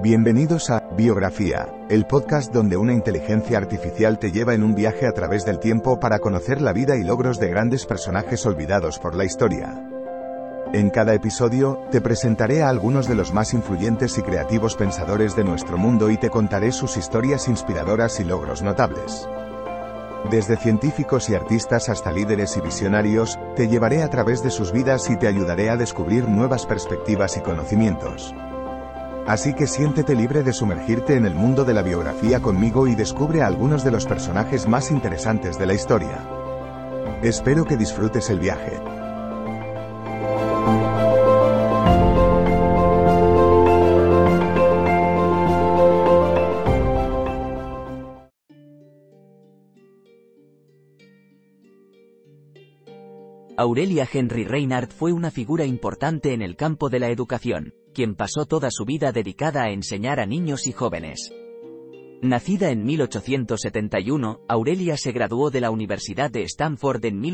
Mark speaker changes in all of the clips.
Speaker 1: Bienvenidos a Biografía, el podcast donde una inteligencia artificial te lleva en un viaje a través del tiempo para conocer la vida y logros de grandes personajes olvidados por la historia. En cada episodio, te presentaré a algunos de los más influyentes y creativos pensadores de nuestro mundo y te contaré sus historias inspiradoras y logros notables. Desde científicos y artistas hasta líderes y visionarios, te llevaré a través de sus vidas y te ayudaré a descubrir nuevas perspectivas y conocimientos. Así que siéntete libre de sumergirte en el mundo de la biografía conmigo y descubre a algunos de los personajes más interesantes de la historia. Espero que disfrutes el viaje.
Speaker 2: Aurelia Henry Reinhardt fue una figura importante en el campo de la educación, quien pasó toda su vida dedicada a enseñar a niños y jóvenes. Nacida en 1871, Aurelia se graduó de la Universidad de Stanford en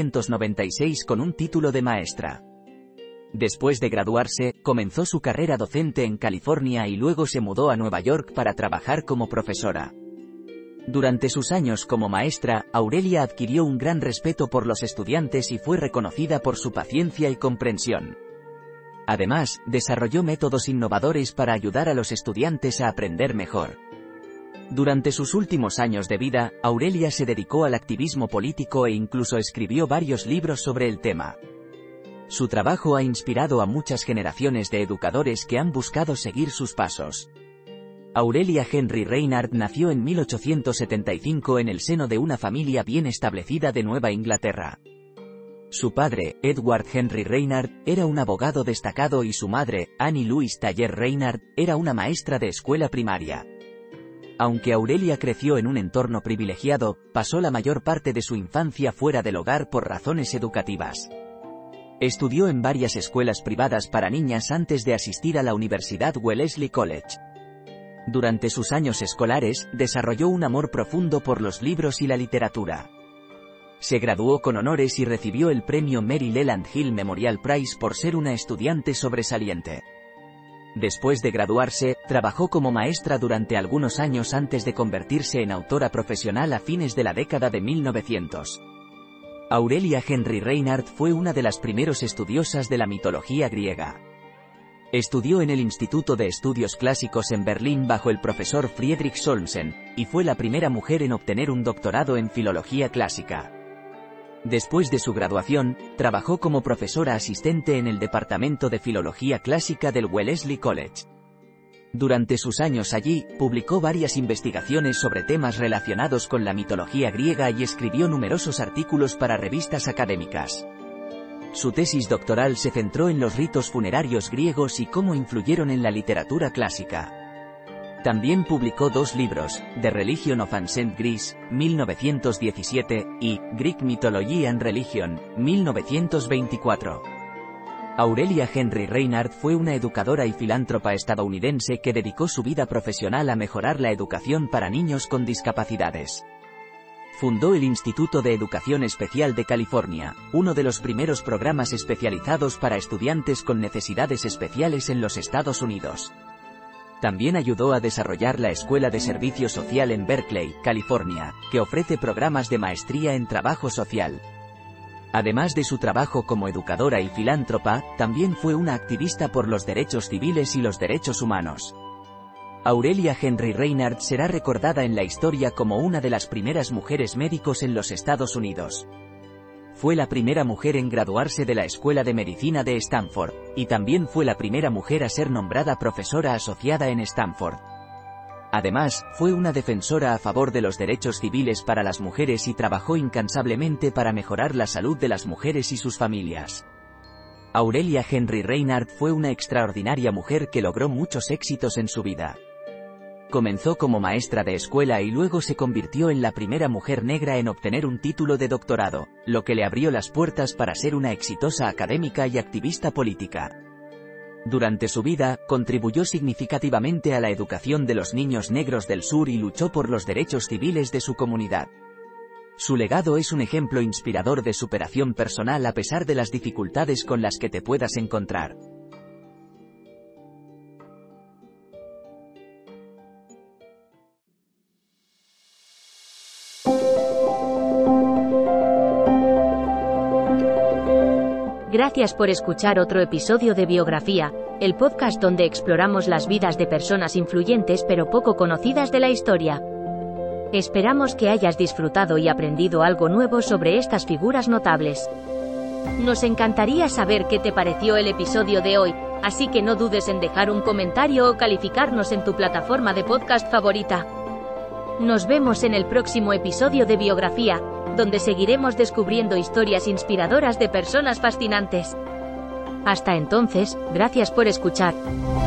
Speaker 2: 1896 con un título de maestra. Después de graduarse, comenzó su carrera docente en California y luego se mudó a Nueva York para trabajar como profesora. Durante sus años como maestra, Aurelia adquirió un gran respeto por los estudiantes y fue reconocida por su paciencia y comprensión. Además, desarrolló métodos innovadores para ayudar a los estudiantes a aprender mejor. Durante sus últimos años de vida, Aurelia se dedicó al activismo político e incluso escribió varios libros sobre el tema. Su trabajo ha inspirado a muchas generaciones de educadores que han buscado seguir sus pasos. Aurelia Henry Reinhardt nació en 1875 en el seno de una familia bien establecida de Nueva Inglaterra. Su padre, Edward Henry Reinhardt, era un abogado destacado y su madre, Annie Louise Thayer Reinhardt, era una maestra de escuela primaria. Aunque Aurelia creció en un entorno privilegiado, pasó la mayor parte de su infancia fuera del hogar por razones educativas. Estudió en varias escuelas privadas para niñas antes de asistir a la Universidad Wellesley College. Durante sus años escolares, desarrolló un amor profundo por los libros y la literatura. Se graduó con honores y recibió el premio Mary Leland Hill Memorial Prize por ser una estudiante sobresaliente. Después de graduarse, trabajó como maestra durante algunos años antes de convertirse en autora profesional a fines de la década de 1900. Aurelia Henry Reinhardt fue una de las primeros estudiosas de la mitología griega. Estudió en el Instituto de Estudios Clásicos en Berlín bajo el profesor Friedrich Solmsen, y fue la primera mujer en obtener un doctorado en filología clásica. Después de su graduación, trabajó como profesora asistente en el Departamento de Filología Clásica del Wellesley College. Durante sus años allí, publicó varias investigaciones sobre temas relacionados con la mitología griega y escribió numerosos artículos para revistas académicas. Su tesis doctoral se centró en los ritos funerarios griegos y cómo influyeron en la literatura clásica. También publicó dos libros, The Religion of Ancient Greece, 1917, y Greek Mythology and Religion, 1924. Aurelia Henry Reinhardt fue una educadora y filántropa estadounidense que dedicó su vida profesional a mejorar la educación para niños con discapacidades. Fundó el Instituto de Educación Especial de California, uno de los primeros programas especializados para estudiantes con necesidades especiales en los Estados Unidos. También ayudó a desarrollar la Escuela de Servicio Social en Berkeley, California, que ofrece programas de maestría en trabajo social. Además de su trabajo como educadora y filántropa, también fue una activista por los derechos civiles y los derechos humanos. Aurelia Henry Reinhardt será recordada en la historia como una de las primeras mujeres médicos en los Estados Unidos. Fue la primera mujer en graduarse de la Escuela de Medicina de Stanford, y también fue la primera mujer a ser nombrada profesora asociada en Stanford. Además, fue una defensora a favor de los derechos civiles para las mujeres y trabajó incansablemente para mejorar la salud de las mujeres y sus familias. Aurelia Henry Reinhardt fue una extraordinaria mujer que logró muchos éxitos en su vida. Comenzó como maestra de escuela y luego se convirtió en la primera mujer negra en obtener un título de doctorado, lo que le abrió las puertas para ser una exitosa académica y activista política. Durante su vida, contribuyó significativamente a la educación de los niños negros del sur y luchó por los derechos civiles de su comunidad. Su legado es un ejemplo inspirador de superación personal a pesar de las dificultades con las que te puedas encontrar.
Speaker 3: Gracias por escuchar otro episodio de Biografía, el podcast donde exploramos las vidas de personas influyentes pero poco conocidas de la historia. Esperamos que hayas disfrutado y aprendido algo nuevo sobre estas figuras notables. Nos encantaría saber qué te pareció el episodio de hoy, así que no dudes en dejar un comentario o calificarnos en tu plataforma de podcast favorita. Nos vemos en el próximo episodio de Biografía, donde seguiremos descubriendo historias inspiradoras de personas fascinantes. Hasta entonces, gracias por escuchar.